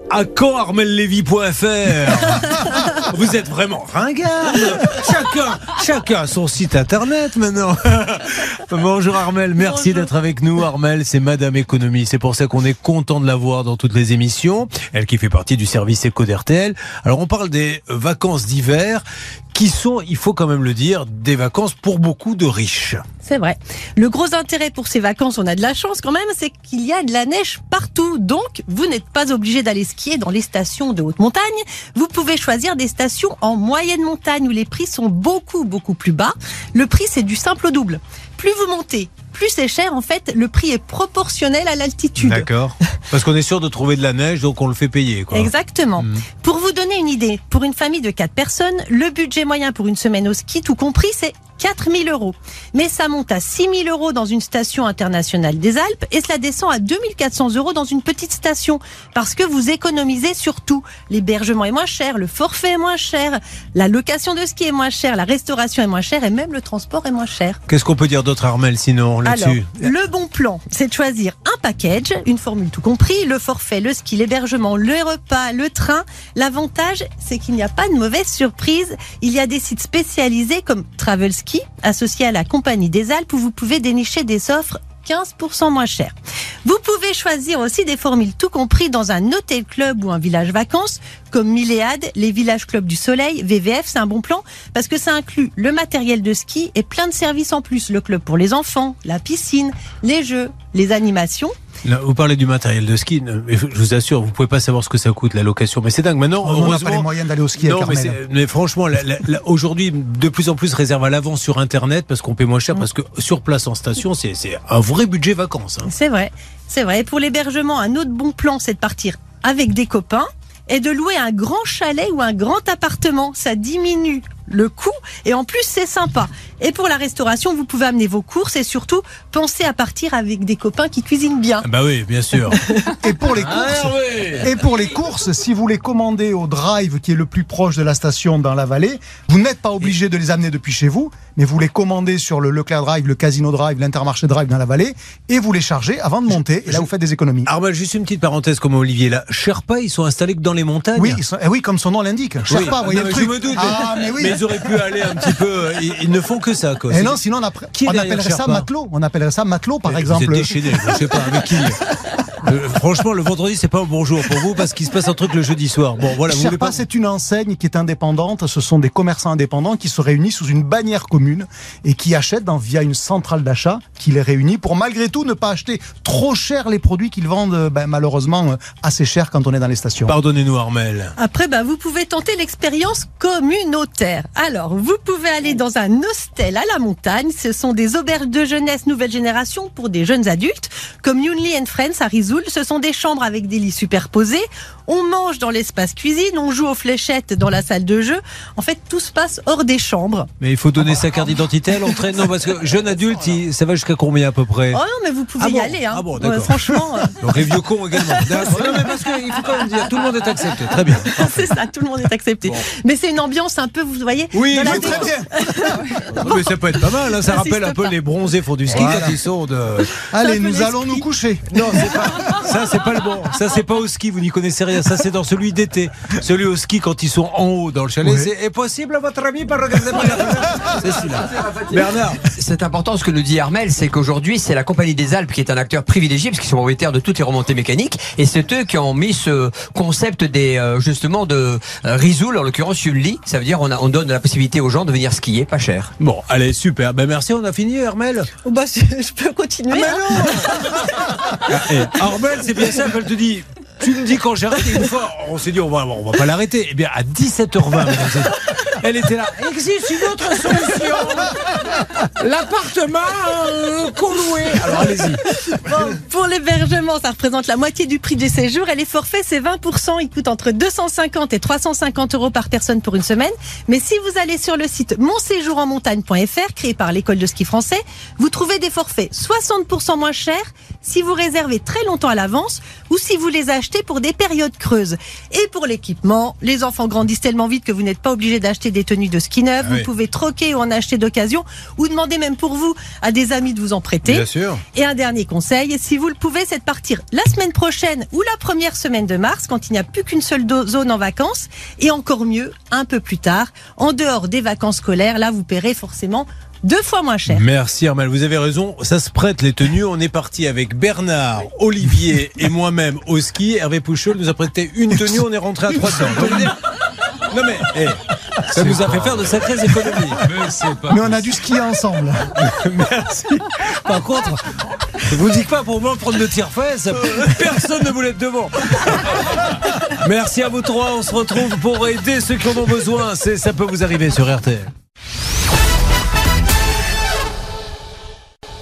À quand armellévy.fr? Vous êtes vraiment ringard. Chacun a son site internet maintenant. Bonjour Armelle, merci d'être avec nous. Armelle, c'est Madame Économie. C'est pour ça qu'on est content de la voir dans toutes les émissions. Elle qui fait partie du service éco d'RTL. Alors on parle des vacances d'hiver qui sont, il faut quand même le dire, des vacances pour beaucoup de riches. C'est vrai. Le gros intérêt pour ces vacances, on a de la chance quand même, c'est qu'il y a de la neige partout. Donc, vous n'êtes pas obligé d'aller skier dans les stations de haute montagne. Vous pouvez choisir des stations en moyenne montagne où les prix sont beaucoup plus bas. Le prix, c'est du simple au double. Plus vous montez, plus c'est cher. En fait, le prix est proportionnel à l'altitude. D'accord. Parce qu'on est sûr de trouver de la neige, donc on le fait payer, quoi. Exactement. Pour vous donner une idée, pour une famille de 4 personnes, le budget moyen pour une semaine au ski, tout compris, c'est 4 000 €. Mais ça monte à 6 000 € dans une station internationale des Alpes et cela descend à 2 400 € dans une petite station. Parce que vous économisez sur tout. L'hébergement est moins cher, le forfait est moins cher, la location de ski est moins chère, la restauration est moins chère et même le transport est moins cher. Qu'est-ce qu'on peut dire d'autre, Armelle, sinon, là-dessus? Alors, le bon plan, c'est de choisir un package, une formule tout compris, le forfait, le ski, l'hébergement, le repas, le train. L'avantage, c'est qu'il n'y a pas de mauvaise surprise. Il y a des sites spécialisés comme Travelski, associé à la Compagnie des Alpes, où vous pouvez dénicher des offres 15% moins chères. Vous pouvez choisir aussi des formules tout compris dans un hôtel club ou un village vacances, comme Milléade, les villages clubs du soleil, VVF, c'est un bon plan, parce que ça inclut le matériel de ski et plein de services en plus. Le club pour les enfants, la piscine, les jeux, les animations. Là, vous parlez du matériel de ski, mais je vous assure, vous pouvez pas savoir ce que ça coûte, la location. Mais c'est dingue. Maintenant, on n'a pas les moyens d'aller au ski avec Armelle. Mais franchement, aujourd'hui, de plus en plus réserve à l'avance sur Internet parce qu'on paie moins cher, parce que sur place en station, c'est un vrai budget vacances. Hein. C'est vrai. Et pour l'hébergement, un autre bon plan, c'est de partir avec des copains et de louer un grand chalet ou un grand appartement. Ça diminue le coût et en plus c'est sympa. Et pour la restauration, vous pouvez amener vos courses et surtout pensez à partir avec des copains qui cuisinent bien. Bah oui, bien sûr. Et pour les courses, si vous les commandez au drive qui est le plus proche de la station dans la vallée, vous n'êtes pas obligé de les amener depuis chez vous, mais vous les commandez sur le Leclerc Drive, le Casino Drive, l'Intermarché Drive dans la vallée et vous les chargez avant de monter et là vous faites des économies. Armelle, juste une petite parenthèse comme Olivier là. Sherpa, ils sont installés que dans les montagnes. Oui, comme son nom l'indique. Sherpa, vous voyez le truc. Je me doute. Mais oui. Mais ils auraient pu aller un petit peu. Ils ne font que ça, quoi. Et non, sinon on appellerait ça matelot. On appellerait ça matelot, par exemple. Vous êtes déchaîné, je sais pas avec qui. Franchement, le vendredi, c'est pas un bon jour pour vous parce qu'il se passe un truc le jeudi soir. Bon, voilà. Sherpa, c'est une enseigne qui est indépendante. Ce sont des commerçants indépendants qui se réunissent sous une bannière commune et qui achètent via une centrale d'achat qui les réunit pour malgré tout ne pas acheter trop cher les produits qu'ils vendent malheureusement assez cher quand on est dans les stations. Pardonnez-nous, Armelle. Après, vous pouvez tenter l'expérience communautaire. Alors, vous pouvez aller dans un hostel à la montagne. Ce sont des auberges de jeunesse nouvelle génération pour des jeunes adultes, comme Yunli and Friends à Risoul. Ce sont des chambres avec des lits superposés. On mange dans l'espace cuisine, on joue aux fléchettes dans la salle de jeu. En fait, tout se passe hors des chambres. Mais il faut donner sa carte d'identité à l'entrée. Non, parce que jeune adulte, ça va jusqu'à combien à peu près? Oh non, mais vous pouvez y aller. Hein. Ah bon, d'accord. Franchement. Donc les vieux cons également. Non, mais parce qu'il faut quand même dire, tout le monde est accepté. Très bien. C'est ça, tout le monde est accepté. Bon. Mais c'est une ambiance un peu, vous voyez. Oui, très bien. Mais ça peut être pas mal. Hein. Ça rappelle un peu les bronzés font du ski quand ils sont de. Allez, nous allons nous coucher. Non, c'est pas. Ça, c'est pas le bon. Ça, c'est pas au ski. Vous n'y connaissez rien. Ça, c'est dans celui d'été. Celui au ski quand ils sont en haut dans le chalet. Oui. C'est possible à votre ami par regarder par la fenêtre. C'est celui-là. Bernard. C'est important ce que nous dit Armelle, c'est qu'aujourd'hui c'est la Compagnie des Alpes qui est un acteur privilégié parce qu'ils sont propriétaires de toutes les remontées mécaniques et c'est eux qui ont mis ce concept justement de Risoul, en l'occurrence Yunli. Ça veut dire on donne la possibilité aux gens de venir skier pas cher. Bon, allez, super. Merci, on a fini, Armelle. Je peux continuer. Armelle, c'est bien simple, elle te dit. Tu me dis quand j'arrête et une fois, on s'est dit on va pas l'arrêter. Eh bien à 17h20, elle était là. Existe une autre solution. L'appartement qu'on louait. Alors allez-y. Bon, pour l'hébergement, ça représente la moitié du prix du séjour et les forfaits c'est 20%. Il coûte entre 250 et 350 € par personne pour une semaine. Mais si vous allez sur le site monséjourenmontagne.fr créé par l'école de ski français, vous trouvez des forfaits 60% moins chers si vous réservez très longtemps à l'avance ou si vous les achetez pour des périodes creuses. Et pour l'équipement, les enfants grandissent tellement vite que vous n'êtes pas obligé d'acheter des tenues de ski neuves, Ah oui. vous pouvez troquer ou en acheter d'occasion, ou demander même pour vous à des amis de vous en prêter. Bien sûr. Et un dernier conseil, si vous le pouvez, c'est de partir la semaine prochaine ou la première semaine de mars, quand il n'y a plus qu'une seule zone en vacances, et encore mieux, un peu plus tard, en dehors des vacances scolaires. Là, vous paierez forcément 2 fois moins cher. Merci Armel, vous avez raison, ça se prête les tenues. On est parti avec Bernard, Olivier et moi-même au ski. Hervé Pouchol nous a prêté une tenue, on est rentré à 300. Non mais, ça nous a fait faire de sacrées économies. Mais on a dû skier ensemble. Merci. Par contre, vous dites pas pour moi prendre le tire-fesse, personne ne voulait être devant. Merci à vous trois, on se retrouve pour aider ceux qui en ont besoin. Ça peut vous arriver sur RTL.